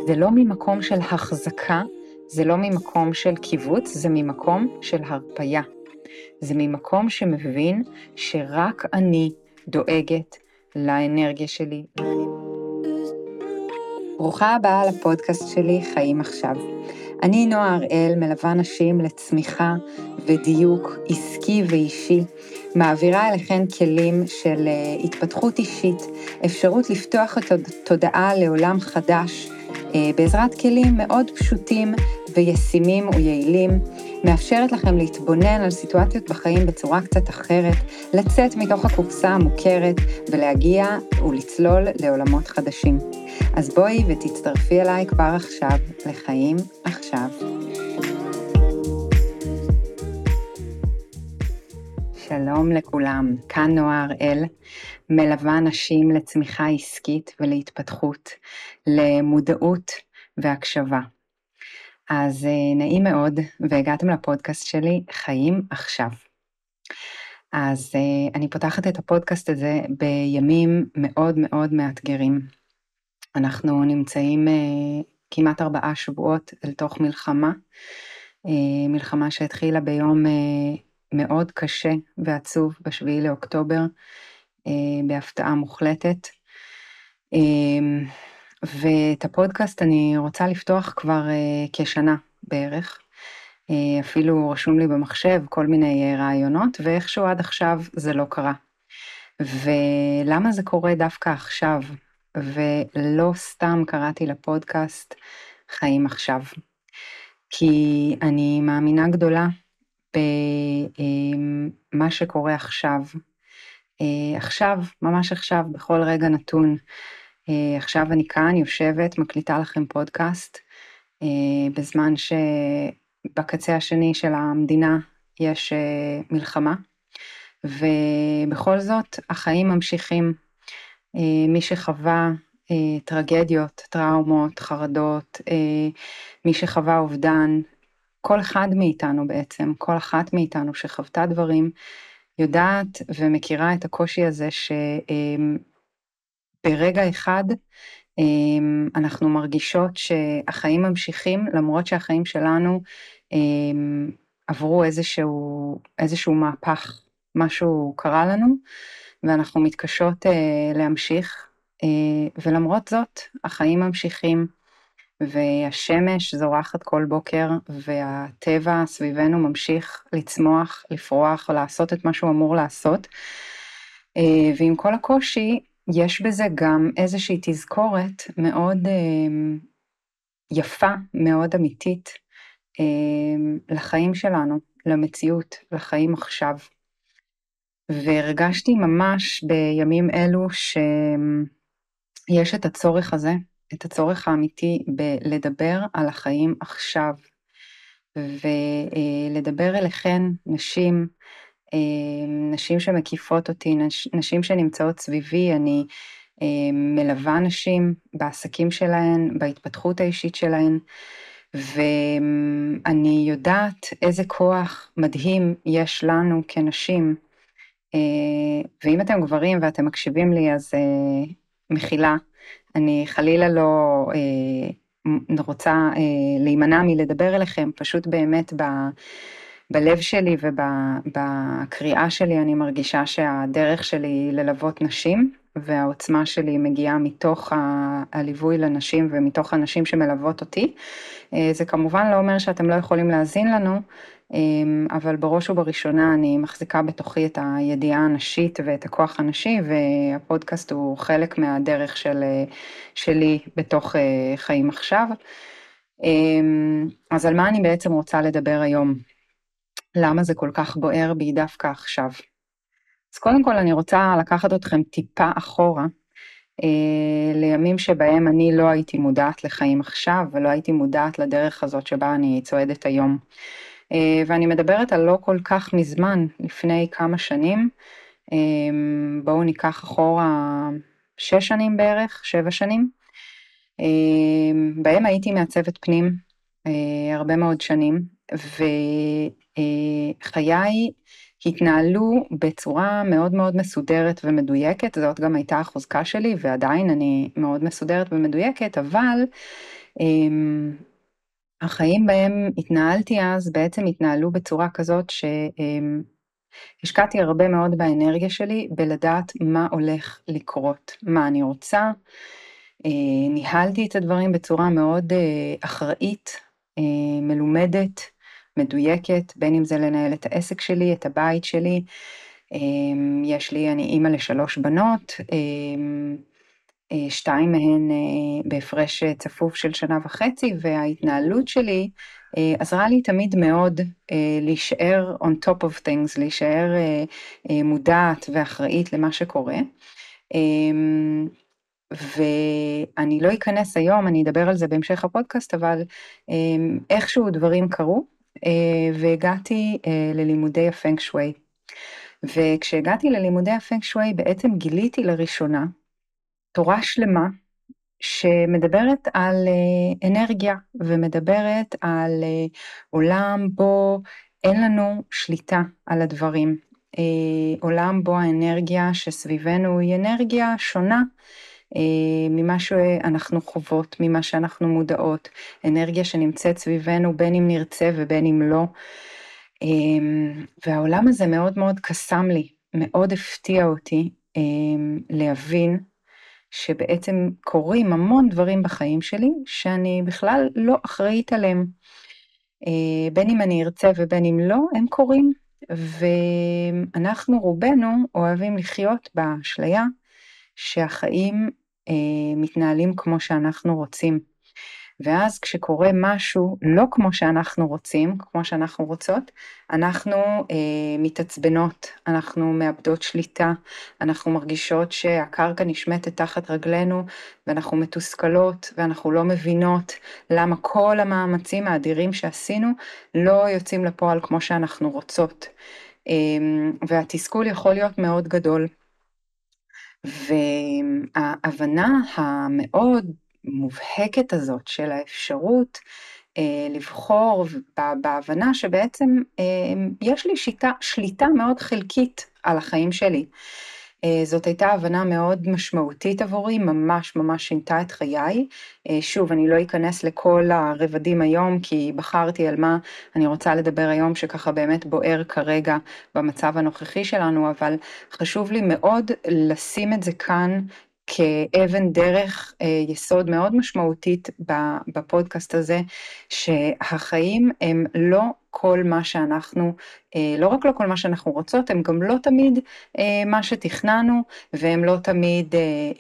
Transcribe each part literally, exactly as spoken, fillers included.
זה לא ממקום של החזקה, זה לא ממקום של קיבוץ, זה ממקום של הרפיה. זה ממקום שמבין שרק אני דואגת לאנרגיה שלי. ברוכה הבאה לפודקאסט שלי חיים עכשיו. אני נועה הראל, מלווה נשים לצמיחה ודיוק עסקי ואישי, מעבירה אליכן כלים של התפתחות אישית, אפשרות לפתוח את התודעה לעולם חדש, בעזרת כלים מאוד פשוטים וישימים ויעילים, מאפשרת לכם להתבונן על סיטואציות בחיים בצורה קצת אחרת, לצאת מתוך הקופסה המוכרת ולהגיע ולצלול לעולמות חדשים. אז בואי ותצטרפי אליי כבר עכשיו לחיים עכשיו. שלום לכולם, כאן נועה הראל, מלווה נשים לצמיחה עסקית ולהתפתחות, למודעות והקשבה. אז נעים מאוד, והגעתם לפודקאסט שלי חיים עכשיו. אז אני פותחת את הפודקאסט הזה בימים מאוד מאוד מאתגרים. אנחנו נמצאים כמעט ארבעה שבועות אל תוך מלחמה, מלחמה שהתחילה ביום מאוד קשה ועצוב בשביעי לאוקטובר, בהפתעה מוחלטת. ואת הפודקאסט אני רוצה לפתוח כבר כשנה בערך, אפילו רשום לי במחשב כל מיני רעיונות, ואיכשהו עד עכשיו זה לא קרה. ולמה זה קורה דווקא עכשיו? ולא סתם קראתי לפודקאסט חיים עכשיו. כי אני מאמינה גדולה במה שקורה עכשיו. עכשיו, ממש עכשיו, בכל רגע נתון. עכשיו אני כאן יושבת, מקליטה לכם פודקאסט, בזמן שבקצה השני של המדינה יש מלחמה, ובכל זאת החיים ממשיכים. מי שחווה טרגדיות, טראומות, חרדות, מי שחווה אובדן, כל אחד מאיתנו בעצם, כל אחת מאיתנו שחוותה דברים, יודעת ומכירה את הקושי הזה שברגע אחד אנחנו מרגישות שהחיים ממשיכים, למרות שהחיים שלנו עברו איזשהו, איזשהו מהפך, משהו קרה לנו, ואנחנו מתקשות להמשיך, ולמרות זאת החיים ממשיכים, והשמש זורחת כל בוקר, והטבע סביבנו ממשיך לצמוח, לפרוח, לעשות את מה שהוא אמור לעשות. ועם כל הקושי, יש בזה גם איזושהי תזכורת מאוד יפה, מאוד אמיתית, לחיים שלנו, למציאות, לחיים עכשיו. והרגשתי ממש בימים אלו שיש את הצורך הזה, את הצורך האמיתי בלדבר על החיים עכשיו, ולדבר אליכן נשים, נשים שמקיפות אותי, נשים שנמצאות סביבי. אני מלווה נשים בעסקים שלהן, בהתפתחות האישית שלהן, ואני יודעת איזה כוח מדהים יש לנו כנשים, ואם אתם גברים ואתם מקשיבים לי, אז מחילה, אני חלילה לא רוצה להימנע מלדבר אליכם, פשוט באמת ב, בלב שלי ובקריאה שלי אני מרגישה שהדרך שלי ללוות נשים, והעוצמה שלי מגיעה מתוך הליווי לנשים ומתוך הנשים שמלוות אותי. זה כמובן לא אומר שאתם לא יכולים להאזין לנו, אבל בראש ובראשונה אני מחזיקה בתוכי את הידיעה הנשית ואת הכוח הנשי, והפודקאסט הוא חלק מהדרך של, שלי בתוך חיים עכשיו. אז על מה אני בעצם רוצה לדבר היום? למה זה כל כך בוער בי דווקא עכשיו? אז קודם כל אני רוצה לקחת אתכם טיפה אחורה, לימים שבהם אני לא הייתי מודעת לחיים עכשיו, ולא הייתי מודעת לדרך הזאת שבה אני צועדת היום. ואני מדברת על לא כל כך מזמן, לפני כמה שנים, בואו ניקח אחורה שש שנים בערך, שבע שנים, בהם הייתי מעצבת פנים הרבה מאוד שנים, וחיי התנהלו בצורה מאוד מאוד מסודרת ומדויקת. זאת גם הייתה החוזקה שלי, ועדיין אני מאוד מסודרת ומדויקת, אבל אמ, החיים בהם התנהלתי אז בעצם התנהלו בצורה כזאת שהשקעתי הרבה מאוד באנרגיה שלי בלדעת מה הולך לקרות, מה אני רוצה. ניהלתי את הדברים בצורה מאוד אחראית, מלומדת, מדויקת, בין אם זה לנהל את העסק שלי, את הבית שלי. יש לי, אני אימא לשלוש בנות, שתיים מהן בהפרש צפוף של שנה וחצי, וההתנהלות שלי עזרה לי תמיד מאוד להישאר on top of things, להישאר מודעת ואחראית למה שקורה. ואני לא אכנס היום, אני אדבר על זה בהמשך הפודקאסט, אבל איכשהו דברים קרו, והגעתי ללימודי הפנג שווי. וכשהגעתי ללימודי הפנג שווי, בעצם גיליתי לראשונה תורה שלמה, שמדברת על אנרגיה, ומדברת על עולם בו אין לנו שליטה על הדברים. עולם בו האנרגיה שסביבנו היא אנרגיה שונה, ממה שאנחנו חוות, ממה שאנחנו מודעות, אנרגיה שנמצאת סביבנו בין אם נרצה ובין אם לא. והעולם הזה מאוד מאוד קסם לי, מאוד הפתיע אותי להבין שבעצם קורים המון דברים בחיים שלי שאני בכלל לא אחראית עליהם. בין אם אני ארצה ובין אם לא, הם קורים. ואנחנו רובנו אוהבים לחיות באשליה שהחיים מתנהלים כמו שאנחנו רוצים. ואז כשקורה משהו לא כמו שאנחנו רוצים, כמו שאנחנו רוצות, אנחנו אה, מתעצבנות, אנחנו מאבדות שליטה, אנחנו מרגישות שהקרקע נשמטת תחת רגלינו, ואנחנו מתוסכלות, ואנחנו לא מבינות למה כל המאמצים האדירים שעשינו לא יוצאים לפועל כמו שאנחנו רוצות. אה, והתסכול יכול להיות מאוד גדול. וההבנה המאוד מובהקת הזאת של האפשרות אה, לבחור בהבנה שבעצם אה, יש לי שיטה, שליטה מאוד חלקית על החיים שלי. אה, זאת הייתה הבנה מאוד משמעותית עבורי, ממש ממש שינתה את חיי. אה, שוב, אני לא אכנס לכל הרבדים היום, כי בחרתי על מה אני רוצה לדבר היום, שככה באמת בוער כרגע במצב הנוכחי שלנו, אבל חשוב לי מאוד לשים את זה כאן, כאבן דרך יסוד מאוד משמעותית בפודקאסט הזה, שהחיים הם לא כל מה שאנחנו, לא רק לא כל מה שאנחנו רוצות, הם גם לא תמיד מה שתכננו, והם לא תמיד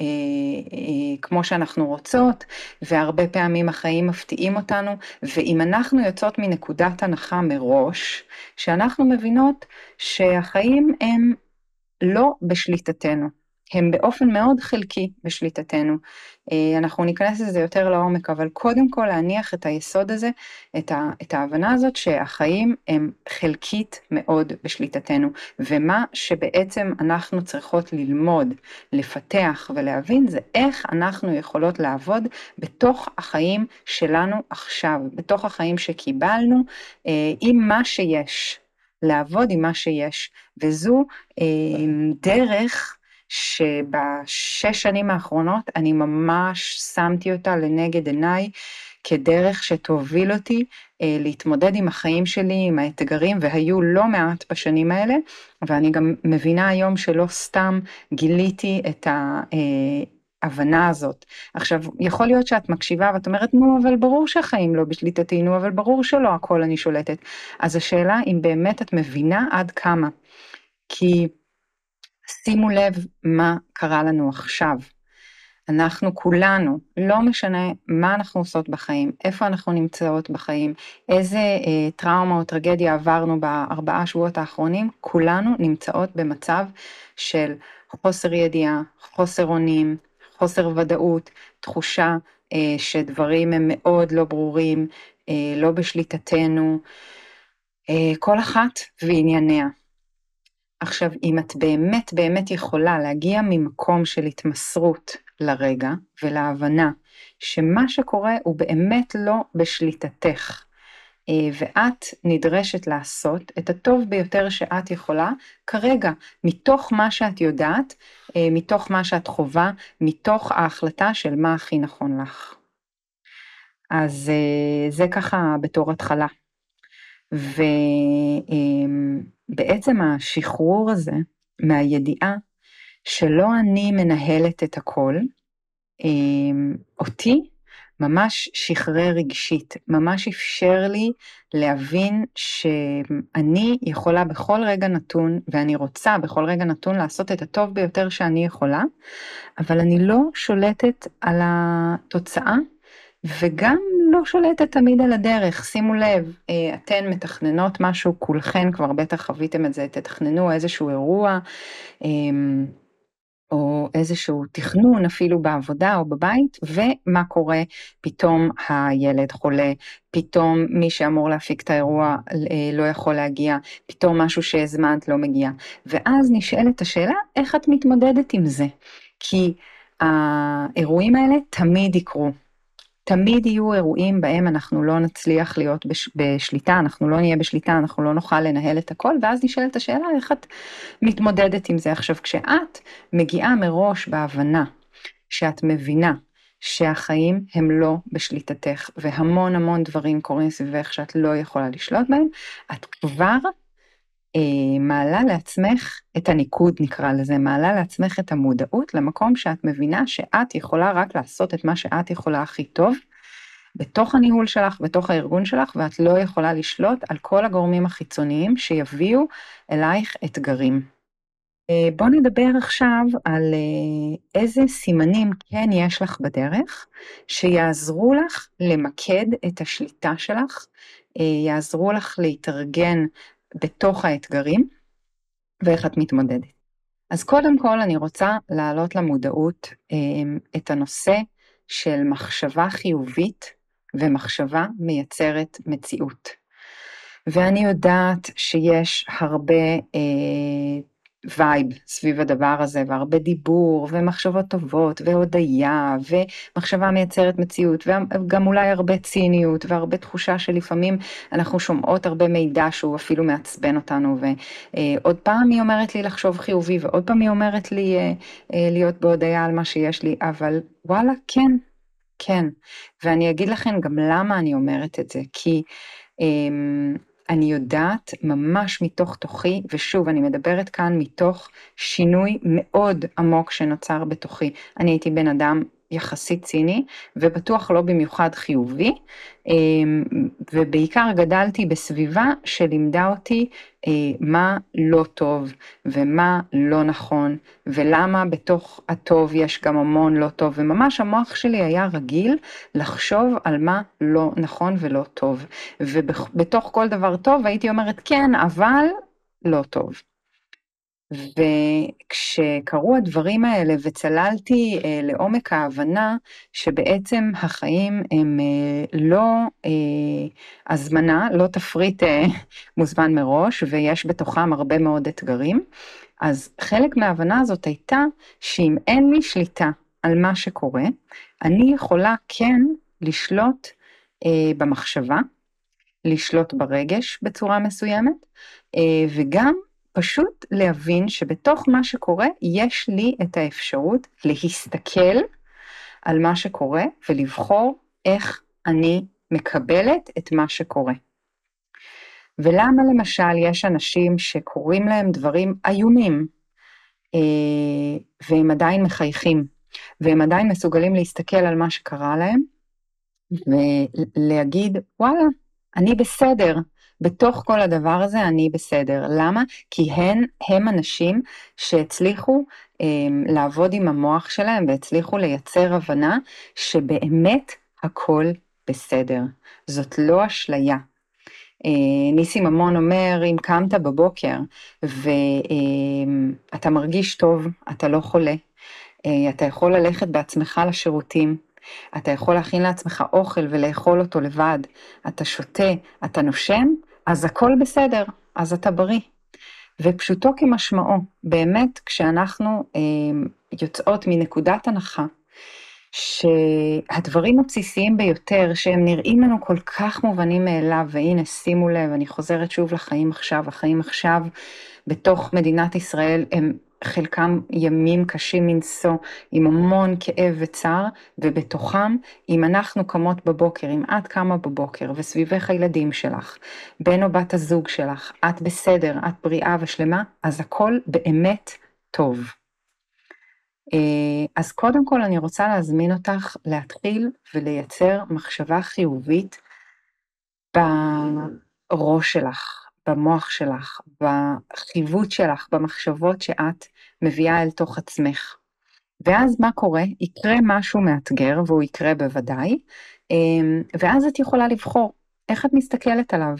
כמו שאנחנו רוצות, והרבה פעמים החיים מפתיעים אותנו, ואם אנחנו יוצאות מנקודת הנחה מראש, שאנחנו מבינות שהחיים הם לא בשליטתנו, הם באופן מאוד חלקי בשליטתנו. אנחנו ניכנס לזה יותר לעומק, אבל קודם כל להניח את היסוד הזה, את, ה, את ההבנה הזאת שהחיים הם חלקית מאוד בשליטתנו, ומה שבעצם אנחנו צריכות ללמוד, לפתח ולהבין, זה איך אנחנו יכולות לעבוד בתוך החיים שלנו עכשיו, בתוך החיים שקיבלנו, עם מה שיש. לעבוד עם מה שיש, וזו אה, דרך שבשש שנים האחרונות אני ממש שמתי אותה לנגד עיניי, כדרך שתוביל אותי אה, להתמודד עם החיים שלי, עם האתגרים, והיו לא מעט בשנים האלה, ואני גם מבינה היום שלא סתם גיליתי את ה... אה, הבנה הזאת. עכשיו, יכול להיות שאת מקשיבה ואת אומרת, נו, אבל ברור שהחיים לא בשליטתי, נו, אבל ברור שלא הכל אני שולטת. אז השאלה אם באמת את מבינה עד כמה. כי שימו לב מה קרה לנו עכשיו. אנחנו כולנו, לא משנה מה אנחנו עושות בחיים, איפה אנחנו נמצאות בחיים, איזה אה, טראומה או טרגדיה עברנו בארבעה שבועות האחרונים, כולנו נמצאות במצב של חוסר ידיעה, חוסר אונים, חוסר ודאות, תחושה אה, שדברים הם מאוד לא ברורים, אה, לא בשליטתנו, אה, כל אחת וענייניה. עכשיו, אם את באמת באמת יכולה להגיע ממקום של התמסרות לרגע ולהבנה שמה שקורה הוא באמת לא בשליטתך, ואת נדרשת לעשות את הטוב ביותר שאת יכולה כרגע, מתוך מה שאת יודעת, מתוך מה שאת חובה, מתוך ההחלטה של מה הכי נכון לך. אז זה ככה בתור התחלה. ובעצם השחרור הזה מהידיעה שלא אני מנהלת את הכל, אותי ממש שחרר רגשית, ממש אפשר לי להבין שאני יכולה בכל רגע נתון, ואני רוצה בכל רגע נתון לעשות את הטוב ביותר שאני יכולה, אבל אני לא שולטת על התוצאה, וגם לא שולטת תמיד על הדרך. שימו לב, אתן מתכננות משהו, כולכן כבר בטח חוויתם את זה, תתכננו איזשהו אירוע, או איזשהו תכנון אפילו בעבודה או בבית, ומה קורה? פתאום הילד חולה, פתאום מי שאמור להפיק את האירוע לא יכול להגיע, פתאום משהו שהזמנת לא מגיע. ואז נשאלת השאלה, איך את מתמודדת עם זה? כי האירועים האלה תמיד יקרו. תמיד יהיו אירועים בהם אנחנו לא נצליח להיות בש, בשליטה, אנחנו לא נהיה בשליטה, אנחנו לא נוכל לנהל את הכל, ואז נשאלת השאלה איך את מתמודדת עם זה. עכשיו, כשאת מגיעה מראש בהבנה שאת מבינה שהחיים הם לא בשליטתך, והמון המון דברים קורים סביבך שאת לא יכולה לשלוט בהם, את כבר אה, מעלה לעצמך את הניקוד, נקרא לזה, מעלה לעצמך את המודעות למקום שאת מבינה שאת יכולה רק לעשות את מה שאת יכולה הכי טוב, בתוך הניהול שלך, בתוך הארגון שלך, ואת לא יכולה לשלוט על כל הגורמים החיצוניים שיביאו אלייך אתגרים. בוא נדבר עכשיו על איזה סימנים כן יש לך בדרך, שיעזרו לך למקד את השליטה שלך, יעזרו לך להתארגן בתוך האתגרים, ואיך את מתמודדת. אז קודם כל אני רוצה להעלות למודעות את הנושא של מחשבה חיובית, ומחשבה מייצרת מציאות. ואני יודעת שיש הרבה אה, וייב סביב הדבר הזה, והרבה דיבור, ומחשבות טובות, והודיה, ומחשבה מייצרת מציאות, וגם אולי הרבה ציניות, והרבה תחושה שלפעמים אנחנו שומעות הרבה מידע שהוא אפילו מעצבן אותנו, ועוד פעם היא אומרת לי לחשוב חיובי, ועוד פעם היא אומרת לי אה, אה, להיות בהודיה על מה שיש לי, אבל וואלה, כן, כן. ואני אגיד לכם גם למה אני אומרת את זה, כי אה, אני יודעת ממש מתוך תוכי, ושוב אני מדברת כאן מתוך שינוי מאוד עמוק שנוצר בתוכי. אני הייתי בן אדם יחסית ציני, ובטוח לא במיוחד חיובי, ובעיקר גדלתי בסביבה שלימדה אותי מה לא טוב, ומה לא נכון, ולמה בתוך הטוב יש גם המון לא טוב, וממש המוח שלי היה רגיל לחשוב על מה לא נכון ולא טוב, ובתוך כל דבר טוב הייתי אומרת כן, אבל לא טוב. וכשקרו הדברים האלה וצללתי אה, לעומק ההבנה שבעצם החיים הם אה, לא אה, הזמנה, לא תפריט אה, מוזמן מראש, ויש בתוכם הרבה מאוד אתגרים, אז חלק מההבנה הזאת הייתה שאם אין לי שליטה על מה שקורה, אני יכולה כן לשלוט אה, במחשבה, לשלוט ברגש בצורה מסוימת, אה, וגם פשוט להבין שבתוך מה שקורה יש לי את האפשרות להסתכל על מה שקורה ולבחור איך אני מקבלת את מה שקורה. ולמה למשל יש אנשים שקוראים להם דברים איומים, והם עדיין מחייכים, והם עדיין מסוגלים להסתכל על מה שקרה להם, ולהגיד וואלה, אני בסדר, בתוך כל הדבר הזה אני בסדר. למה? כי הם, הם אנשים שהצליחו אה, לעבוד עם המוח שלהם, והצליחו לייצר הבנה שבאמת הכל בסדר. זאת לא אשליה. אה, ניסים ממון אומר, אם קמת בבוקר ואתה אה, מרגיש טוב, אתה לא חולה, אה, אתה יכול ללכת בעצמך לשירותים, אתה יכול להכין לעצמך אוכל ולאכול אותו לבד, אתה שותה, אתה נושם, אז הכל בסדר, אז אתה בריא. ופשוטו כמשמעו, באמת כשאנחנו אה, יוצאות מנקודת הנחה, שהדברים הבסיסיים ביותר, שהם נראים לנו כל כך מובנים מאליו, והנה שימו לב, אני חוזרת שוב לחיים עכשיו, החיים עכשיו בתוך מדינת ישראל הם חלקם ימים קשים מנשוא, עם המון כאב וצער, ובתוכם, אם אנחנו קמות בבוקר, אם את קמה בבוקר, וסביבך הילדים שלך, בן או בת הזוג שלך, את בסדר, את בריאה ושלמה, אז הכל באמת טוב. אז קודם כל אני רוצה להזמין אותך להתחיל ולייצר מחשבה חיובית בראש שלך, במוח שלך, בחיווט שלך, במחשבות שאת מביאה אל תוך עצמך. ואז מה קורה? יקרה משהו מאתגר, והוא יקרה בוודאי, ואז את יכולה לבחור איך את מסתכלת עליו.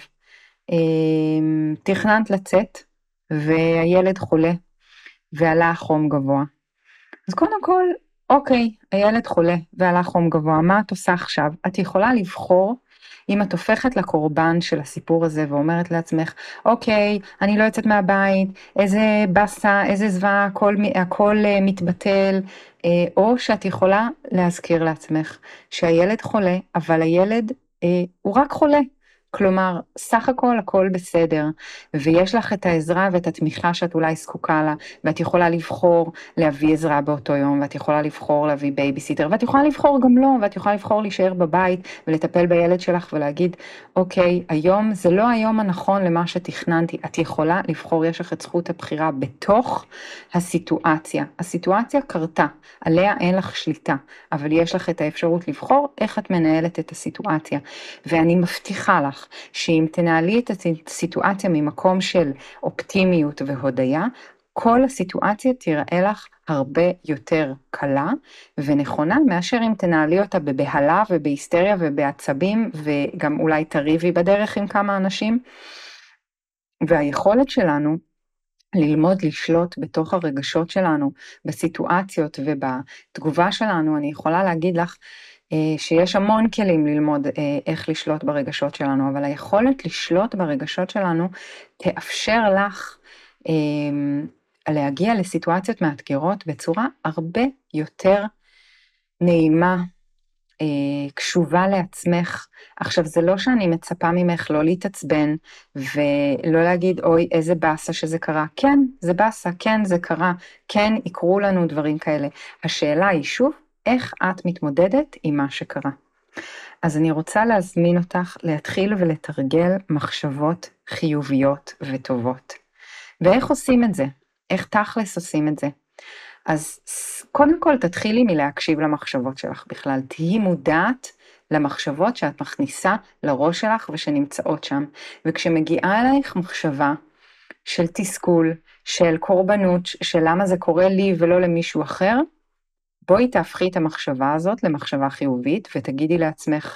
תכננת לצאת, והילד חולה, ועלה חום גבוה. אז קודם כל, אוקיי, הילד חולה ועלה חום גבוה, מה את עושה עכשיו? את יכולה לבחור, אם את הופכת לקורבן של הסיפור הזה ואומרת לעצמך, אוקיי, אני לא יוצאת מהבית, איזה בסה, איזה זוועה, הכל, הכל מתבטל, או שאת יכולה להזכיר לעצמך שהילד חולה, אבל הילד הוא רק חולה. כלומר, סך הכל הכל בסדר, ויש לך את העזרה ואת התמיכה שאת אולי זקוקה לה, ואת יכולה לבחור להביא עזרה באותו יום, ואת יכולה לבחור להביא בייביסיטר, ואת יכולה לבחור גם לא, ואת יכולה לבחור להישאר בבית ולטפל בילד שלך ולהגיד, אוקיי, היום זה לא היום הנכון למה שתכננתי, את יכולה לבחור, יש לך את זכות הבחירה בתוך הסיטואציה. הסיטואציה קרתה, עליה אין לך שליטה, אבל יש לך את האפשרות לבחור איך את מנהלת את הסיטואציה, ואני מבטיחה לך שאם תנהלי את הסיטואציה ממקום של אופטימיות והודיה, כל הסיטואציה תראה לך הרבה יותר קלה ונכונה, מאשר אם תנהלי אותה בבהלה ובהיסטריה ובעצבים, וגם אולי תריבי בדרך עם כמה אנשים. והיכולת שלנו ללמוד לשלוט בתוך הרגשות שלנו, בסיטואציות ובתגובה שלנו, אני יכולה להגיד לך, שיש המון כלים ללמוד איך לשלוט ברגשות שלנו, אבל היכולת לשלוט ברגשות שלנו תאפשר לך להגיע לסיטואציות מאתגרות בצורה הרבה יותר נעימה, קשובה לעצמך. עכשיו, זה לא שאני מצפה ממך לא להתעצבן, ולא להגיד, אוי, איזה בסה שזה קרה. כן, זה בסה, כן, זה קרה, כן, יקרו לנו דברים כאלה. השאלה היא שוב, איך את מתמודדת עם מה שקרה. אז אני רוצה להזמין אותך להתחיל ולתרגל מחשבות חיוביות וטובות. ואיך עושים את זה? איך תכלס עושים את זה? אז קודם כל תתחילי מלהקשיב למחשבות שלך בכלל. תהי מודעת למחשבות שאת מכניסה לראש שלך ושנמצאות שם. וכשמגיעה אלייך מחשבה של תסכול, של קורבנות, של למה זה קורה לי ולא למישהו אחר, בואי תהפכי את המחשבה הזאת למחשבה חיובית, ותגידי לעצמך,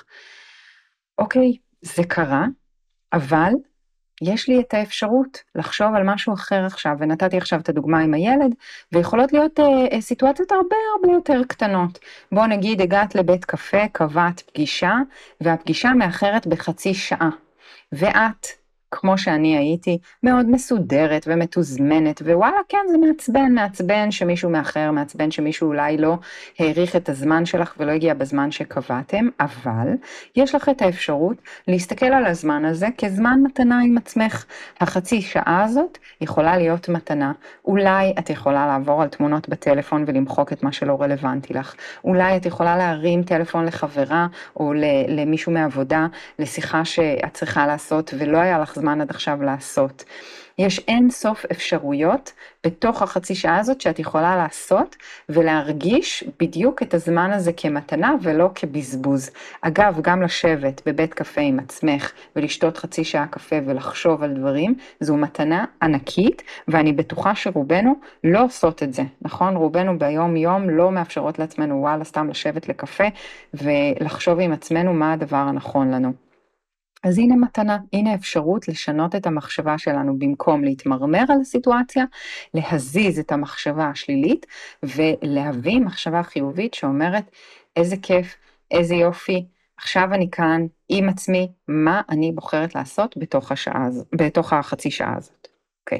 אוקיי, זה קרה, אבל יש לי את האפשרות לחשוב על משהו אחר עכשיו, ונתתי עכשיו את הדוגמה עם הילד, ויכולות להיות אה, סיטואציות הרבה הרבה יותר קטנות. בוא נגיד, הגעת לבית קפה, קבעת פגישה, והפגישה מאחרת בחצי שעה, ואת, כמו שאני הייתי, מאוד מסודרת ומתוזמנת, ווואלה, כן, זה מעצבן, מעצבן שמישהו מאחר, מעצבן שמישהו אולי לא העריך את הזמן שלך ולא הגיע בזמן שקבעתם, אבל יש לך את האפשרות להסתכל על הזמן הזה כזמן מתנה עם עצמך. החצי שעה הזאת יכולה להיות מתנה. אולי את יכולה לעבור על תמונות בטלפון ולמחוק את מה שלא רלוונטי לך. אולי את יכולה להרים טלפון לחברה או למישהו מעבודה, לשיחה שאת צריכה לעשות ולא היה לך זמן עד עכשיו לעשות. יש אין סוף אפשרויות בתוך החצי שעה הזאת שאת יכולה לעשות ולהרגיש בדיוק את הזמן הזה כמתנה ולא כבזבוז. אגב, גם לשבת בבית קפה עם עצמך ולשתות חצי שעה קפה ולחשוב על דברים, זו מתנה ענקית, ואני בטוחה שרובנו לא עושות את זה, נכון? רובנו ביום יום לא מאפשרות לעצמנו, וואלה, סתם לשבת לקפה ולחשוב עם עצמנו מה הדבר הנכון לנו. אז הנה מתנה, הנה אפשרות לשנות את המחשבה שלנו במקום להתמרמר על הסיטואציה, להזיז את המחשבה השלילית ולהביא מחשבה חיובית שאומרת איזה כיף, איזה יופי, עכשיו אני כאן עם עצמי, מה אני בוחרת לעשות בתוך השעה, בתוך החצי שעה הזאת. אוקיי.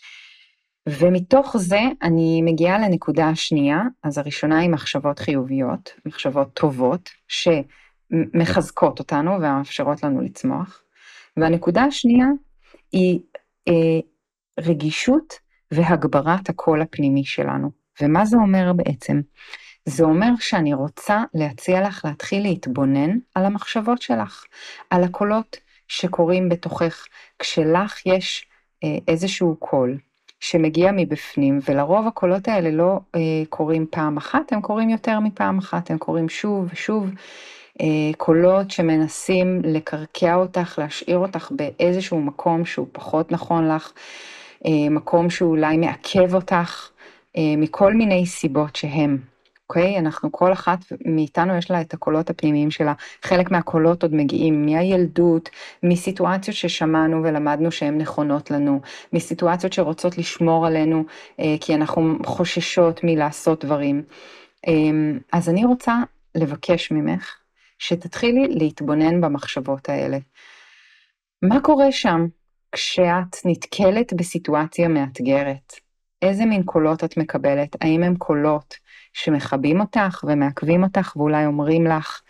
ומתוך זה אני מגיעה לנקודה השנייה, אז הראשונה היא מחשבות חיוביות, מחשבות טובות, ש... מחזקות אותנו ומאפשרות לנו לצמוח. והנקודה השנייה היא אה, רגישות והגברת הקול הפנימי שלנו. ומה זה אומר בעצם? זה אומר שאני רוצה להציע לך להתחיל להתבונן על המחשבות שלך, על הקולות שקורים בתוכך, כשלך יש אה, איזשהו קול שמגיע מבפנים, ולרוב הקולות האלה לא אה, קורים פעם אחת, הם קורים יותר מפעם אחת, הם קורים שוב ושוב, אה, קולות שמנסים לקרקע אותך, להשאיר אותך באיזשהו מקום שהוא פחות נכון לך, אה, מקום שאולי מעכב אותך, אה, מכל מיני סיבות שהם. אוקיי? אנחנו, כל אחת מאיתנו יש לה את הקולות הפנימיים שלה, חלק מהקולות עוד מגיעים מהילדות, מסיטואציות ששמענו ולמדנו שהן נכונות לנו, מסיטואציות שרוצות לשמור עלינו, כי אנחנו חוששות מלעשות דברים. אז אני רוצה לבקש ממך, שתתחילי להתבונן במחשבות האלה. מה קורה שם כשאת נתקלת בסיטואציה מאתגרת? איזה מין קולות את מקבלת? האם הם קולות שמחבים אותך ומעכבים אותך ואולי אומרים לך,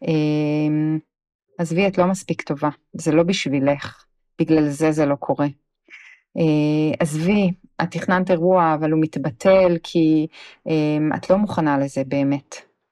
עזבי, את לא מספיק טובה, זה לא בשבילך, בגלל זה זה לא קורה. עזבי, את תכננת אירוע אבל הוא מתבטל כי את לא מוכנה לזה באמת.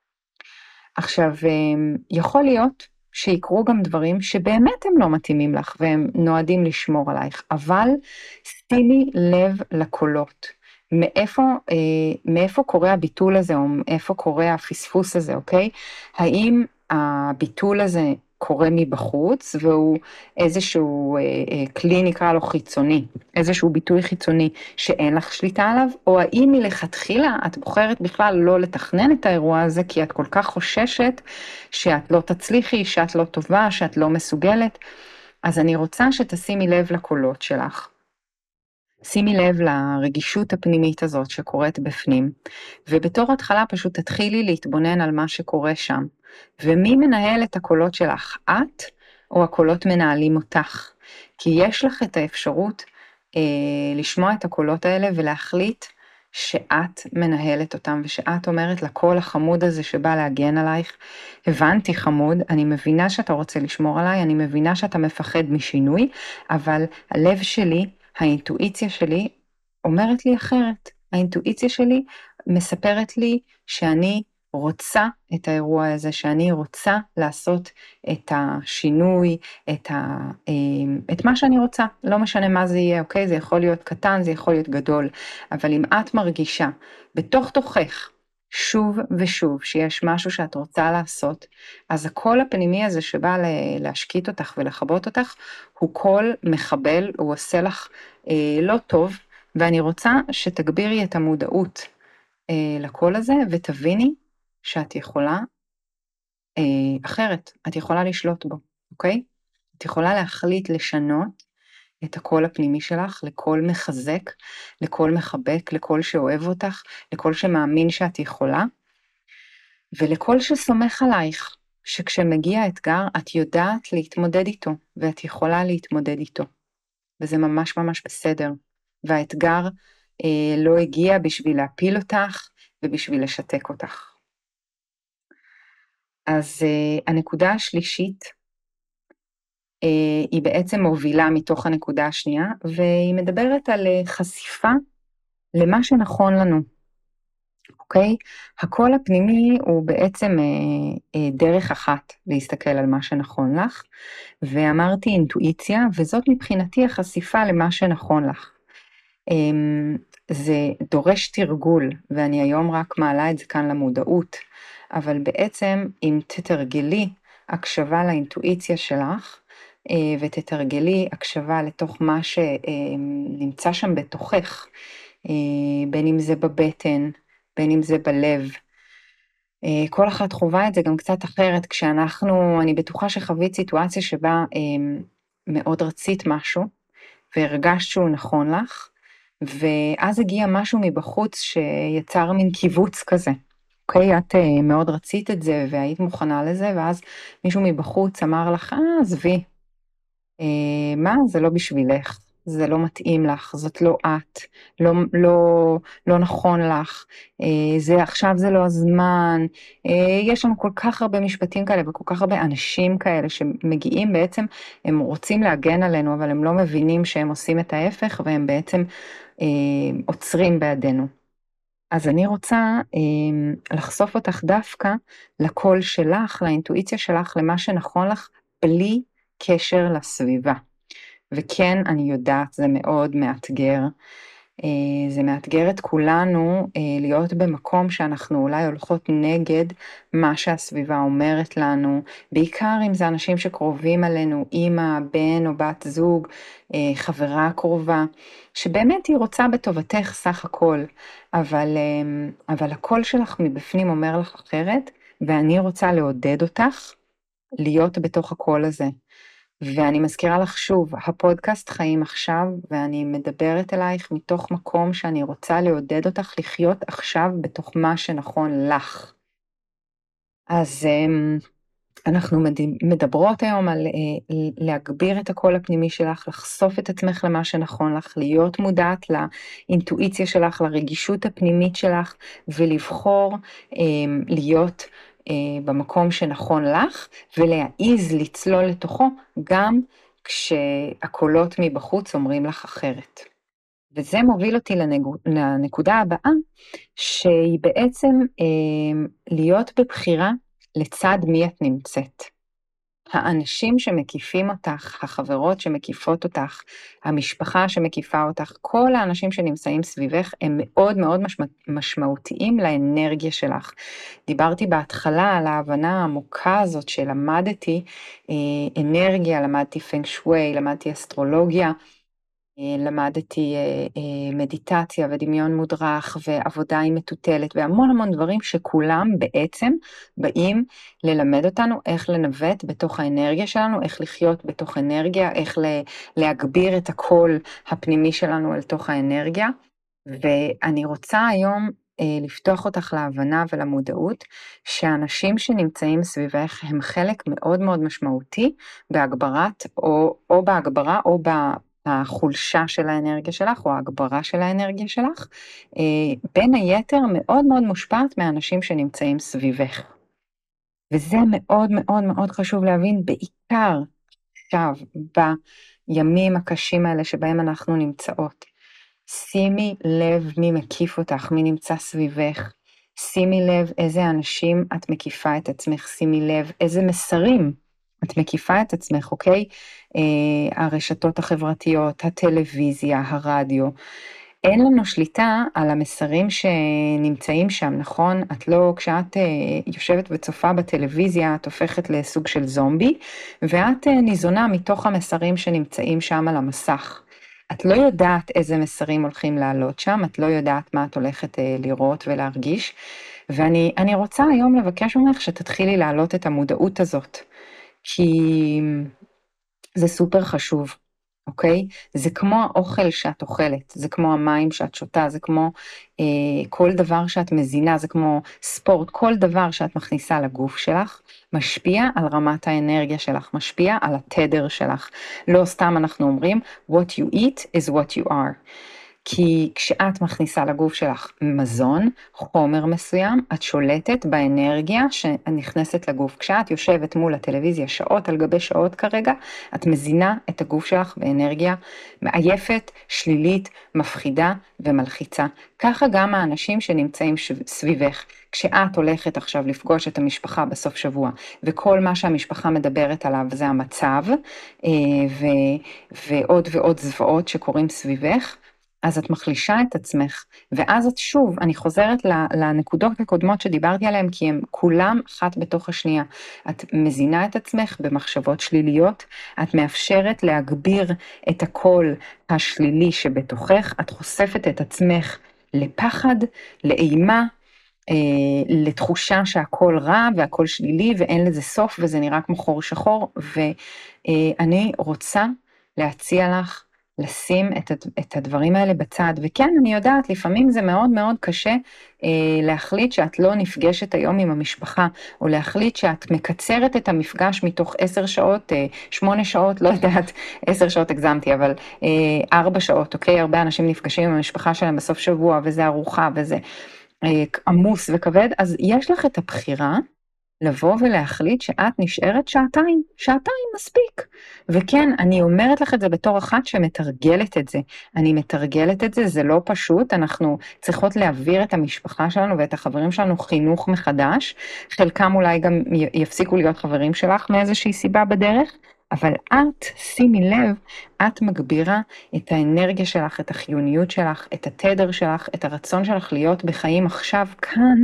עכשיו, יכול להיות שיקרו גם דברים שבאמת הם לא מתאימים לך והם נועדים לשמור עלייך, אבל שימי לב לקולות. מאיפה, אה, מאיפה קורה הביטול הזה, או מאיפה קורה הפספוס הזה, אוקיי? האם הביטול הזה קורה מבחוץ, והוא איזשהו אה, אה, כלי נקרא לו חיצוני, איזשהו ביטוי חיצוני שאין לך שליטה עליו, או האם מלכתחילה את בוחרת בכלל לא לתכנן את האירוע הזה, כי את כל כך חוששת שאת לא תצליחי, שאת לא טובה, שאת לא מסוגלת. אז אני רוצה שתשימי לב לקולות שלך. שימי לב לרגישות הפנימית הזאת שקורית בפנים, ובתור התחלה פשוט תתחילי להתבונן על מה שקורה שם. ומי מנהל את הקולות שלך? את או הקולות מנהלים אותך? כי יש לך את האפשרות אה, לשמוע את הקולות האלה ולהחליט שאת מנהלת אותם, ושאת אומרת לקול החמוד הזה שבא להגן עלייך, הבנתי חמוד, אני מבינה שאתה רוצה לשמור עליי, אני מבינה שאתה מפחד משינוי, אבל הלב שלי, האינטואיציה שלי אומרת לי אחרת. האינטואיציה שלי מספרת לי שאני רוצה את האירוע הזה, שאני רוצה לעשות את השינוי, את, ה, את מה שאני רוצה. לא משנה מה זה יהיה, אוקיי? זה יכול להיות קטן, זה יכול להיות גדול. אבל אם את מרגישה בתוך תוכך, שוב ושוב, שיש משהו שאת רוצה לעשות, אז הקול הפנימי הזה שבא להשקיט אותך ולחבות אותך, הוא קול מחבל, הוא עושה לך אה, לא טוב, ואני רוצה שתגבירי את המודעות אה, לקול הזה, ותביני שאת יכולה אה, אחרת, את יכולה לשלוט בו, אוקיי? את יכולה להחליט לשנות את הקול הפנימי שלך, לקול מחזק, לקול מחבק, לקול שאוהב אותך, לקול שמאמין שאת יכולה, ולקול שסומך עלייך, שכשמגיע אתגר, את יודעת להתמודד איתו, ואת יכולה להתמודד איתו. וזה ממש ממש בסדר. והאתגר אה, לא הגיע בשביל להפיל אותך, ובשביל לשתק אותך. אז אה, הנקודה השלישית, היא בעצם מובילה מתוך הנקודה השנייה, והיא מדברת על חשיפה למה שנכון לנו, אוקיי? הקול הפנימי הוא בעצם דרך אחת להסתכל על מה שנכון לך, ואמרתי אינטואיציה, וזאת מבחינתי החשיפה למה שנכון לך. זה דורש תרגול, ואני היום רק מעלה את זה כאן למודעות, אבל בעצם אם תתרגלי הקשבה לאינטואיציה שלך, ותתרגלי הקשבה לתוך מה שנמצא שם בתוכך, בין אם זה בבטן, בין אם זה בלב. כל אחת חובה את זה גם קצת אחרת, כשאנחנו, אני בטוחה שחווית סיטואציה שבה מאוד רצית משהו, והרגשת שהוא נכון לך, ואז הגיע משהו מבחוץ שיצר מין קיבוץ כזה. אוקיי, את מאוד רצית את זה והיית מוכנה לזה, ואז מישהו מבחוץ אמר לך, אה, עזבי, מה? זה לא בשבילך, זה לא מתאים לך, זאת לא את, לא, לא, לא נכון לך, זה עכשיו זה לא הזמן. יש לנו כל כך הרבה משפטים כאלה וכל כך הרבה אנשים כאלה שמגיעים בעצם, הם רוצים להגן עלינו, אבל הם לא מבינים שהם עושים את ההפך, והם בעצם אה, עוצרים בעדינו. אז אני רוצה אה, לחשוף אותך דווקא לקול שלך, לאינטואיציה שלך, למה שנכון לך, בלי קשר לסביבה. וכן, אני יודעת, זה מאוד מאתגר. אה, זה מאתגר את כולנו אה, להיות במקום שאנחנו אולי הולכות נגד מה שהסביבה אומרת לנו, בעיקר אם זה אנשים שקרובים עלינו, אמא, בן או בת זוג, אה, חברה קרובה, שבאמת היא רוצה בטובתך סך הכל, אבל, אה, אבל הקול שלך מבפנים אומר לך אחרת, ואני רוצה לעודד אותך להיות בתוך הקול הזה. ואני מזכירה לך שוב, הפודקאסט חיים עכשיו, ואני מדברת אלייך מתוך מקום שאני רוצה לעודד אותך לחיות עכשיו בתוך מה שנכון לך. אז אנחנו מדברות היום על להגביר את הקול הפנימי שלך, לחשוף את עצמך למה שנכון לך, להיות מודעת לאינטואיציה שלך, לרגישות הפנימית שלך, ולבחור להיות במקום שנכון לך, ולהעיז לצלול לתוכו גם כשהקולות מבחוץ אומרים לך אחרת. וזה מוביל אותי לנקודה הבאה, שהיא בעצם להיות בבחירה לצד מי את נמצאת. האנשים שמקיפים אותך, החברות שמקיפות אותך, המשפחה שמקיפה אותך, כל האנשים שנמצאים סביבך הם מאוד מאוד משמעותיים לאנרגיה שלך. דיברתי בהתחלה על ההבנה העמוקה הזאת שלמדתי אנרגיה, למדתי פנג שווי, למדתי אסטרולוגיה, למדתי מדיטציה ודמיון מודרך ועבודה עם מטוטלת והמון המון דברים שכולם בעצם באים ללמד אותנו איך לנווט בתוך האנרגיה שלנו, איך לחיות בתוך אנרגיה, איך להגביר את הקול הפנימי שלנו אל תוך האנרגיה. ואני רוצה היום לפתוח אותך להבנה ולמודעות שאנשים שנמצאים סביבך הם חלק מאוד מאוד משמעותי בהגברת או, או בהגברה או ב... החולשה של האנרגיה שלך, או ההגברה של האנרגיה שלך, בין היתר מאוד מאוד מושפעת מהאנשים שנמצאים סביבך. וזה מאוד מאוד מאוד חשוב להבין, בעיקר עכשיו, בימים הקשים האלה שבהם אנחנו נמצאות. שימי לב מי מקיף אותך, מי נמצא סביבך. שימי לב איזה אנשים את מקיפה את עצמך, שימי לב איזה מסרים את מקיפה את עצמך, אוקיי? אה, הרשתות החברתיות, הטלוויזיה, הרדיו. אין לנו שליטה על המסרים שנמצאים שם, נכון? את לא, כשאת אה, יושבת וצופה בטלוויזיה, את הופכת לסוג של זומבי, ואת אה, ניזונה מתוך המסרים שנמצאים שם על המסך. את לא יודעת איזה מסרים הולכים לעלות שם, את לא יודעת מה את הולכת אה, לראות ולהרגיש, ואני אני רוצה היום לבקש ממך שתתחילי להעלות את המודעות הזאת. כי זה סופר חשוב, אוקיי? זה כמו האוכל שאת אוכלת, זה כמו המים שאת שותה, זה כמו אה, כל דבר שאת מזינה, זה כמו ספורט, כל דבר שאת מכניסה לגוף שלך, משפיע על רמת האנרגיה שלך, משפיע על התדר שלך. לא סתם אנחנו אומרים, what you eat is what you are. כי כשאת מכניסה לגוף שלך מזון, חומר מסוים, את שולטת באנרגיה שנכנסת לגוף. כשאת יושבת מול הטלוויזיה שעות על גבי שעות כרגע, את מזינה את הגוף שלך באנרגיה מעייפת, שלילית, מפחידה ומלחיצה. ככה גם האנשים שנמצאים סביבך. כשאת הולכת עכשיו לפגוש את המשפחה בסוף שבוע, וכל מה שהמשפחה מדברת עליו זה המצב, ו- ועוד ועוד זוועות שקורים סביבך, אז את מחלישה את עצמך, ואז את שוב, אני חוזרת לנקודות הקודמות שדיברתי עליהן, כי הן כולם אחת בתוך השנייה. את מזינה את עצמך במחשבות שליליות, את מאפשרת להגביר את הקול השלילי שבתוכך, את חושפת את עצמך לפחד, לאימה, לתחושה שהכל רע והכל שלילי ואין לזה סוף וזה נראה כמו חור שחור, ואני רוצה להציע לך לשים את, את הדברים האלה בצד, וכן, אני יודעת, לפעמים זה מאוד מאוד קשה אה, להחליט שאת לא נפגשת היום עם המשפחה, או להחליט שאת מקצרת את המפגש מתוך עשר שעות, אה, שמונה שעות, לא יודעת, עשר שעות הגזמתי, אבל אה, ארבע שעות, אוקיי? הרבה אנשים נפגשים עם המשפחה שלהם בסוף שבוע, וזה ארוחה, וזה אה, עמוס וכבד, אז יש לך את הבחירה, לבוא ולהחליט שאת נשארת שעתיים, שעתיים מספיק. וכן, אני אומרת לך את זה בתור אחת שמתרגלת את זה. אני מתרגלת את זה, זה לא פשוט, אנחנו צריכות להעביר את המשפחה שלנו ואת החברים שלנו חינוך מחדש. חלקם אולי גם יפסיקו להיות חברים שלך מאיזושהי סיבה בדרך, אבל את, שימי לב, את מגבירה את האנרגיה שלך, את החיוניות שלך, את התדר שלך, את הרצון שלך להיות בחיים עכשיו, כאן,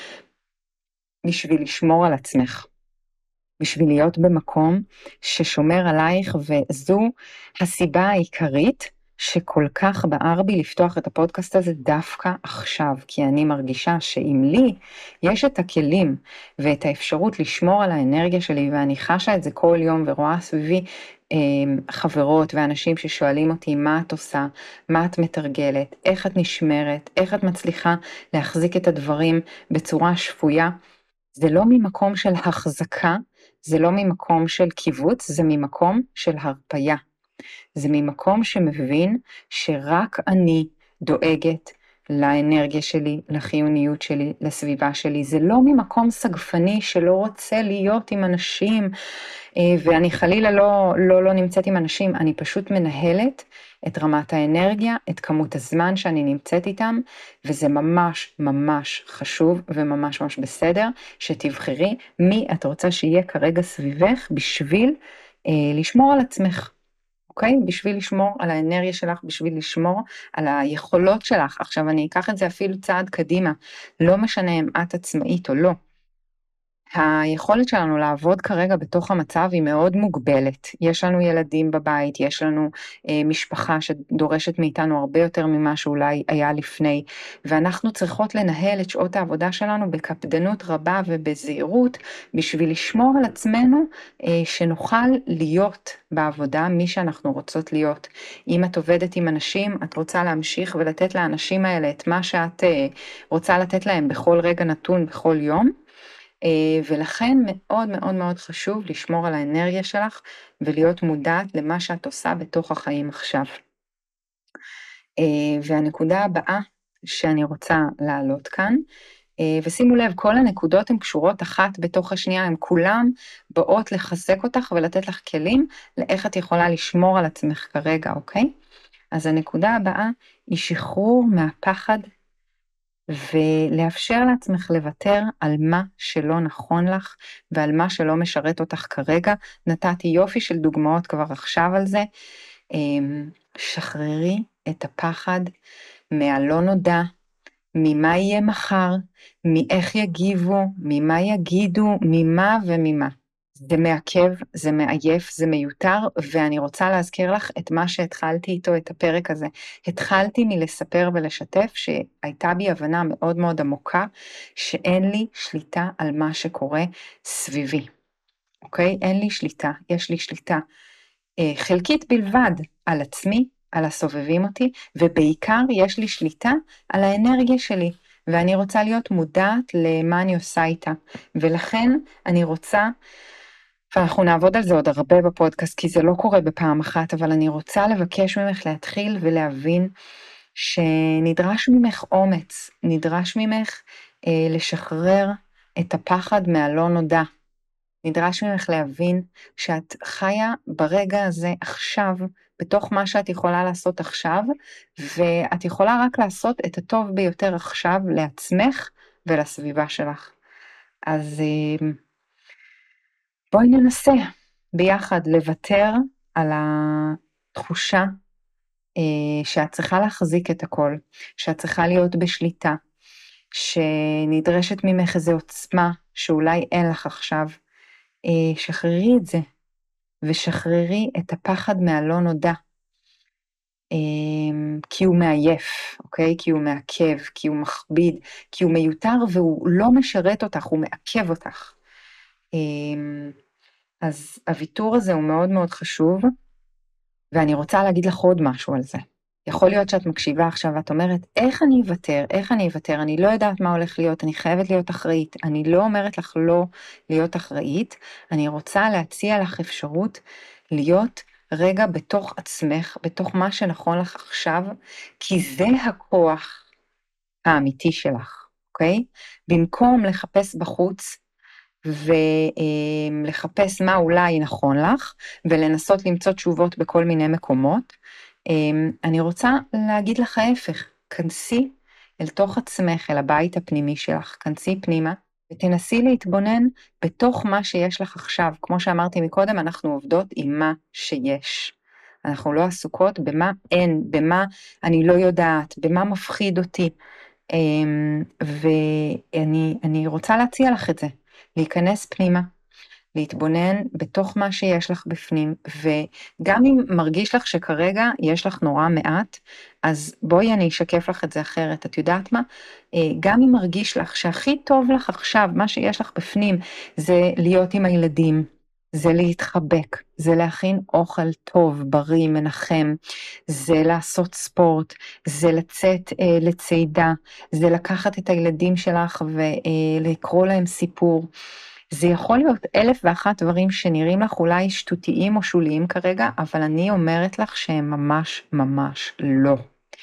בשביל לשמור על עצמך, בשביל להיות במקום ששומר עלייך, וזו הסיבה העיקרית שכל כך בער בי לפתוח את הפודקאסט הזה דווקא עכשיו, כי אני מרגישה שאם לי יש את הכלים ואת האפשרות לשמור על האנרגיה שלי, ואני חשה את זה כל יום ורואה סביבי חברות ואנשים ששואלים אותי מה את עושה, מה את מתרגלת, איך את נשמרת, איך את מצליחה להחזיק את הדברים בצורה שפויה, זה לא ממקום של החזקה, זה לא ממקום של קיבוץ, זה ממקום של הרפיה. זה ממקום שמבין שרק אני דואגת לאנרגיה שלי, לחיוניות שלי, לסביבה שלי. זה לא ממקום סגפני שלא רוצה להיות עם אנשים, ואני חלילה לא, לא, לא נמצאת עם אנשים, אני פשוט מנהלת את רמת האנרגיה, את כמות הזמן שאני נמצאת איתם, וזה ממש ממש חשוב וממש ממש בסדר, שתבחרי מי את רוצה שיהיה כרגע סביבך בשביל אה, לשמור על עצמך. אוקיי? בשביל לשמור על האנרגיה שלך, בשביל לשמור על היכולות שלך. עכשיו אני אקח את זה אפילו צעד קדימה, לא משנה אם את עצמאית או לא. היכולת שלנו לעבוד כרגע בתוך המצב היא מאוד מוגבלת. יש לנו ילדים בבית, יש לנו אה, משפחה שדורשת מאיתנו הרבה יותר ממה שאולי היה לפני, ואנחנו צריכות לנהל את שעות העבודה שלנו בקפדנות רבה ובזהירות, בשביל לשמור על עצמנו אה, שנוכל להיות בעבודה מי שאנחנו רוצות להיות. אם את עובדת עם אנשים, את רוצה להמשיך ולתת לאנשים האלה את מה שאת אה, רוצה לתת להם בכל רגע נתון, בכל יום, ולכן מאוד מאוד מאוד חשוב לשמור על האנרגיה שלך ולהיות מודעת למה שאת עושה בתוך החיים עכשיו. והנקודה הבאה שאני רוצה להעלות כאן, ושימו לב, כל הנקודות הן קשורות אחת בתוך השנייה, הן כולם באות לחזק אותך ולתת לך כלים לאיך את יכולה לשמור על עצמך כרגע, אוקיי? אז הנקודה הבאה היא שחרור מהפחד, ולאפשר לעצמך לוותר על מה שלא נכון לך, ועל מה שלא משרת אותך כרגע. נתתי יופי של דוגמאות כבר עכשיו על זה. שחררי את הפחד מהלא נודע, ממה יהיה מחר, מאיך יגיבו, ממה יגידו, ממה וממה. זה מעכב, זה מעייף, זה מיותר, ואני רוצה להזכיר לך את מה שהתחלתי איתו, את הפרק הזה. התחלתי מלספר ולשתף שהייתה בי הבנה מאוד מאוד עמוקה, שאין לי שליטה על מה שקורה סביבי. אוקיי? אין לי שליטה, יש לי שליטה אה, חלקית בלבד על עצמי, על הסובבים אותי, ובעיקר יש לי שליטה על האנרגיה שלי, ואני רוצה להיות מודעת למה אני עושה איתה, ולכן אני רוצה, ואנחנו נעבוד על זה עוד הרבה בפודקאסט, כי זה לא קורה בפעם אחת, אבל אני רוצה לבקש ממך להתחיל ולהבין שנדרש ממך אומץ, נדרש ממך אה, לשחרר את הפחד מהלא נודע, נדרש ממך להבין שאת חיה ברגע הזה עכשיו, בתוך מה שאת יכולה לעשות עכשיו, ואת יכולה רק לעשות את הטוב ביותר עכשיו לעצמך ולסביבה שלך. אז בואי ננסה ביחד לוותר על התחושה שאת צריכה להחזיק את הכל, שאת צריכה להיות בשליטה, שנדרשת ממך איזו עוצמה שאולי אין לך עכשיו. שחררי את זה, ושחררי את הפחד מהלא נודע, כי הוא מעייף, אוקיי? כי הוא מעכב, כי הוא מכביד, כי הוא מיותר והוא לא משרת אותך, הוא מעכב אותך. אז הוויתור הזה הוא מאוד מאוד חשוב, ואני רוצה להגיד לך עוד משהו על זה. יכול להיות שאת מקשיבה עכשיו ואת אומרת, איך אני אוותר, איך אני אוותר, אני לא יודעת מה הולך להיות, אני חייבת להיות אחראית. אני לא אומרת לך לא להיות אחראית, אני רוצה להציע לך אפשרות להיות רגע בתוך עצמך, בתוך מה שנכון לך עכשיו, כי זה הכוח האמיתי שלך, אוקיי? במקום לחפש בחוץ ולחפש מה אולי נכון לך, ולנסות למצוא תשובות בכל מיני מקומות. אני רוצה להגיד לך ההפך, כנסי אל תוך עצמך, אל הבית הפנימי שלך, כנסי פנימה, ותנסי להתבונן בתוך מה שיש לך עכשיו. כמו שאמרתי מקודם, אנחנו עובדות עם מה שיש. אנחנו לא עסוקות במה אין, במה אני לא יודעת, במה מפחיד אותי. ואני אני רוצה להציע לך את זה, להיכנס פנימה, להתבונן בתוך מה שיש לך בפנים, וגם אם מרגיש לך שכרגע יש לך נורא מעט, אז בואי אני אשקף לך את זה אחרת. את יודעת מה? גם אם מרגיש לך שהכי טוב לך עכשיו, מה שיש לך בפנים, זה להיות עם הילדים, זה להתחבק, זה להכין אוכל טוב, בריא, מנחם, זה לעשות ספורט, זה לצאת אה, לצעידה, זה לקחת את הילדים שלך ולקרוא להם סיפור. זה יכול להיות אלף ואחת דברים שנראים לך אולי שטותיים או שוליים כרגע, אבל אני אומרת לך שהם ממש ממש לא.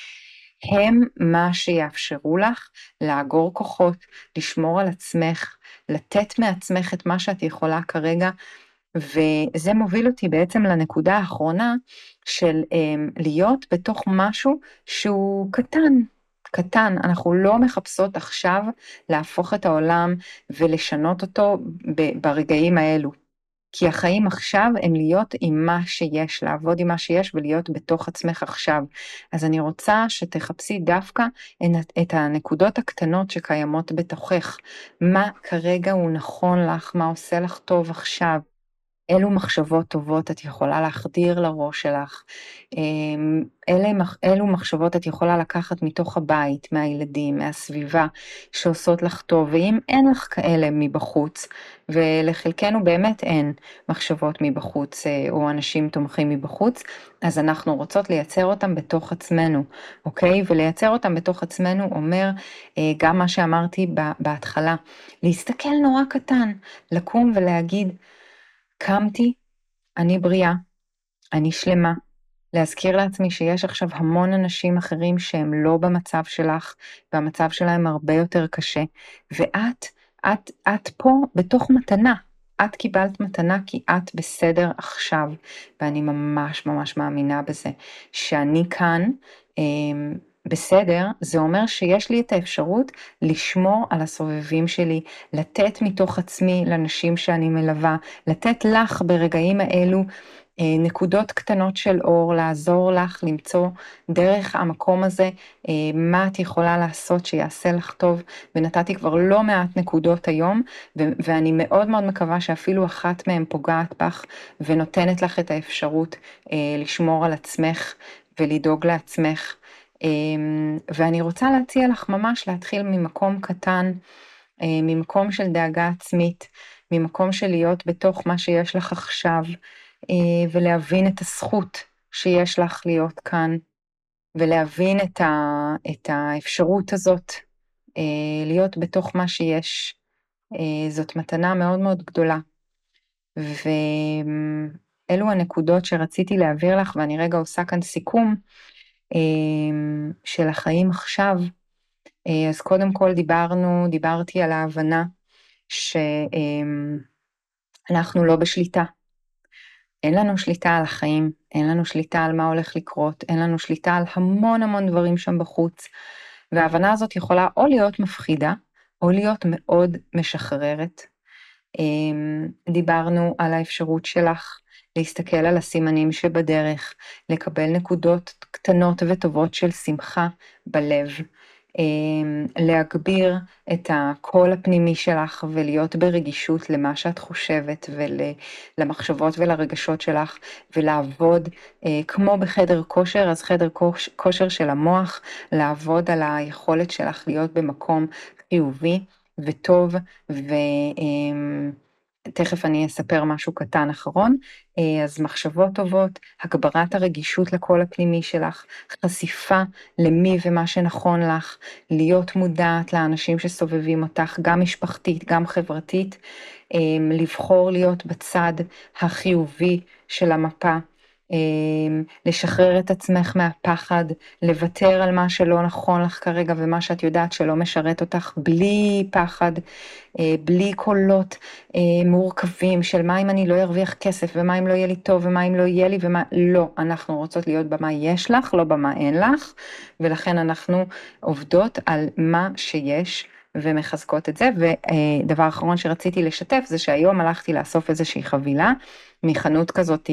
הם מה שיאפשרו לך לאגור כוחות, לשמור על עצמך, לתת מעצמך את מה שאת יכולה כרגע, וזה מוביל אותי בעצם לנקודה האחרונה של להיות בתוך משהו שהוא קטן. קטן, אנחנו לא מחפשות עכשיו להפוך את העולם ולשנות אותו ברגעים האלו. כי החיים עכשיו הם להיות עם מה שיש, לעבוד עם מה שיש ולהיות בתוך עצמך עכשיו. אז אני רוצה שתחפשי דווקא את הנקודות הקטנות שקיימות בתוכך. מה כרגע הוא נכון לך, מה עושה לך טוב עכשיו. אילו מחשבות טובות את יכולה להחדיר לראש שלך, אלה, אילו מחשבות את יכולה לקחת מתוך הבית, מהילדים, מהסביבה, שעושות לך טוב, ואם אין לך כאלה מבחוץ, ולחלקנו באמת אין מחשבות מבחוץ, או אנשים תומכים מבחוץ, אז אנחנו רוצות לייצר אותם בתוך עצמנו, אוקיי? ולייצר אותם בתוך עצמנו אומר, גם מה שאמרתי בהתחלה, להסתכל נורא קטן, לקום ולהגיד, קמתי, אני בריאה, אני שלמה, להזכיר לעצמי שיש עכשיו המון אנשים אחרים שהם לא במצב שלך, והמצב שלהם הרבה יותר קשה, ואת, את, את פה בתוך מתנה, את קיבלת מתנה כי את בסדר עכשיו, ואני ממש ממש מאמינה בזה, שאני כאן, בסדר, זה אומר שיש לי את האפשרות לשמור על הסובבים שלי, לתת מתוך עצמי לנשים שאני מלווה, לתת לך ברגעים האלו נקודות קטנות של אור, לעזור לך למצוא דרך המקום הזה, מה את יכולה לעשות שיעשה לך טוב, ונתתי כבר לא מעט נקודות היום, ואני מאוד מאוד מקווה שאפילו אחת מהן פוגעת בך, ונותנת לך את האפשרות לשמור על עצמך ולדאוג לעצמך, ואני רוצה להציע לך ממש להתחיל ממקום קטן, ממקום של דאגה עצמית, ממקום של להיות בתוך מה שיש לך עכשיו, ולהבין את הזכות שיש לך להיות כאן, ולהבין את, ה, את האפשרות הזאת, להיות בתוך מה שיש. זאת מתנה מאוד מאוד גדולה. ואלו הנקודות שרציתי להעביר לך, ואני רגע עושה כאן סיכום, של החיים עכשיו. אז קודם כל דיברנו, דיברתי על ההבנה שאנחנו לא בשליטה. אין לנו שליטה על החיים, אין לנו שליטה על מה הולך לקרות, אין לנו שליטה על המון המון דברים שם בחוץ. וההבנה הזאת יכולה או להיות מפחידה, או להיות מאוד משחררת. דיברנו על האפשרות שלך להסתכל על הסימנים שבדרך, לקבל נקודות קטנות וטובות של שמחה בלב, להגביר את הקול הפנימי שלך ולהיות ברגישות למה שאת חושבת ולמחשבות ולרגשות שלך, ולעבוד כמו בחדר כושר, אז חדר כושר של המוח, לעבוד על היכולת שלך להיות במקום חיובי וטוב, ו... תכף אני אספר משהו קטן אחרון. אז מחשבות טובות, הגברת הרגישות לקול הפנימי שלך, חשיפה למי ומה שנכון לך, להיות מודעת לאנשים שסובבים אותך, גם משפחתית, גם חברתית, לבחור להיות בצד החיובי של המפה, לשחרר את עצמך מהפחד, לוותר על מה שלא נכון לך כרגע ומה שאת יודעת שלא משרת אותך, בלי פחד, בלי קולות מורכבים של מה אם אני לא ארוויח כסף ומה אם לא יהיה לי טוב ומה אם לא יהיה לי ומה, לא, אנחנו רוצות להיות במה יש לך, לא במה אין לך, ולכן אנחנו עובדות על מה שיש ומחזקות את זה. ודבר אחרון שרציתי לשתף זה שהיום הלכתי לאסוף איזושהי חבילה מחנות כזאת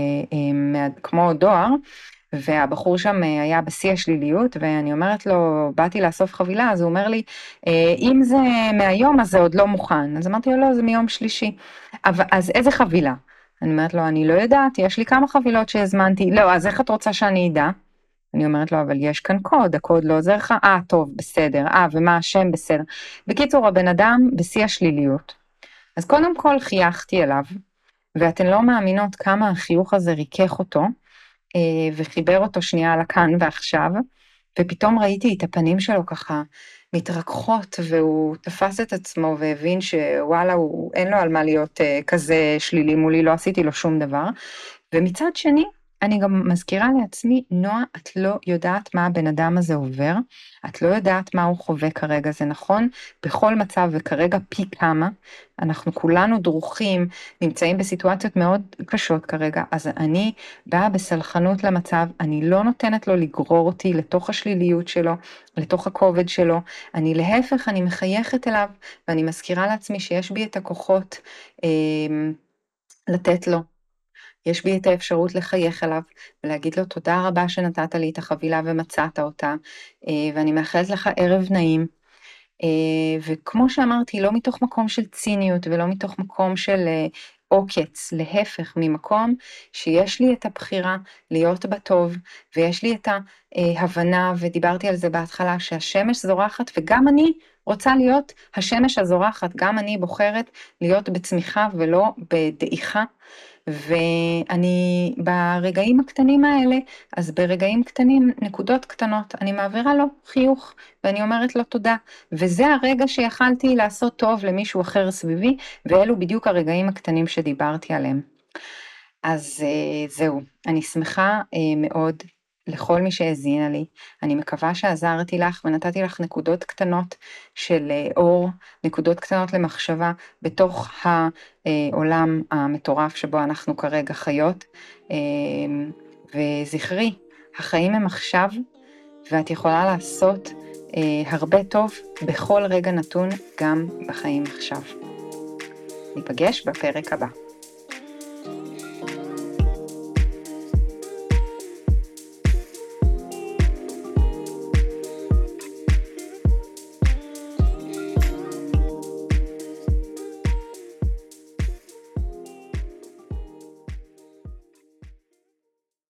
כמו דואר, והבחור שם היה בשיא השליליות, ואני אומרת לו, באתי לאסוף חבילה, אז הוא אומר לי, אם זה מהיום, אז זה עוד לא מוכן. אז אמרתי לו, לא, זה מיום שלישי. אבל, אז איזה חבילה? אני אומרת לו, אני לא יודעת, יש לי כמה חבילות שהזמנתי. לא, אז איך את רוצה שאני אדע? אני אומרת לו, אבל יש כאן קוד, הקוד לא עוזר לך? אה, טוב, בסדר. אה, ומה השם? בסדר. בקיצור, הבן אדם בשיא השליליות. אז קודם כל חייכתי אליו, ואתן לא מאמינות כמה החיוך הזה ריכך אותו, וחיבר אותו שנייה על הכאן ועכשיו, ופתאום ראיתי את הפנים שלו ככה מתרככות, והוא תפס את עצמו והבין שוואלה, הוא, אין לו על מה להיות כזה שלילי מולי, לא עשיתי לו שום דבר. ומצד שני, אני גם מזכירה לעצמי, נועה, את לא יודעת מה הבן אדם הזה עובר, את לא יודעת מה הוא חווה כרגע, זה נכון, בכל מצב וכרגע פי כמה, אנחנו כולנו דרוכים, נמצאים בסיטואציות מאוד קשות כרגע, אז אני באה בסלחנות למצב, אני לא נותנת לו לגרור אותי לתוך השליליות שלו, לתוך הכובד שלו, אני להפך, אני מחייכת אליו, ואני מזכירה לעצמי שיש בי את הכוחות אה, לתת לו, יש בי את האפשרות לחייך אליו, ולהגיד לו תודה רבה שנתת לי את החבילה ומצאת אותה, ואני מאחלת לך ערב נעים, וכמו שאמרתי, לא מתוך מקום של ציניות, ולא מתוך מקום של עוקץ, להפך, ממקום שיש לי את הבחירה להיות בטוב, ויש לי את ההבנה, ודיברתי על זה בהתחלה, שהשמש זורחת, וגם אני רוצה להיות השמש הזורחת, גם אני בוחרת להיות בצמיחה ולא בדעיכה, ואני ברגעים הקטנים האלה, אז ברגעים קטנים, נקודות קטנות, אני מעבירה לו חיוך, ואני אומרת לו תודה, וזה הרגע שיכלתי לעשות טוב למישהו אחר סביבי, ואלו בדיוק הרגעים הקטנים שדיברתי עליהם. אז זהו, אני שמחה מאוד לכל מי שהזינה לי, אני מקווה שעזרתי לך ונתתי לך נקודות קטנות של אור, נקודות קטנות למחשבה בתוך העולם המטורף שבו אנחנו כרגע חיות, וזכרי, החיים הם עכשיו, ואת יכולה לעשות הרבה טוב בכל רגע נתון גם בחיים עכשיו. ניפגש בפרק הבא.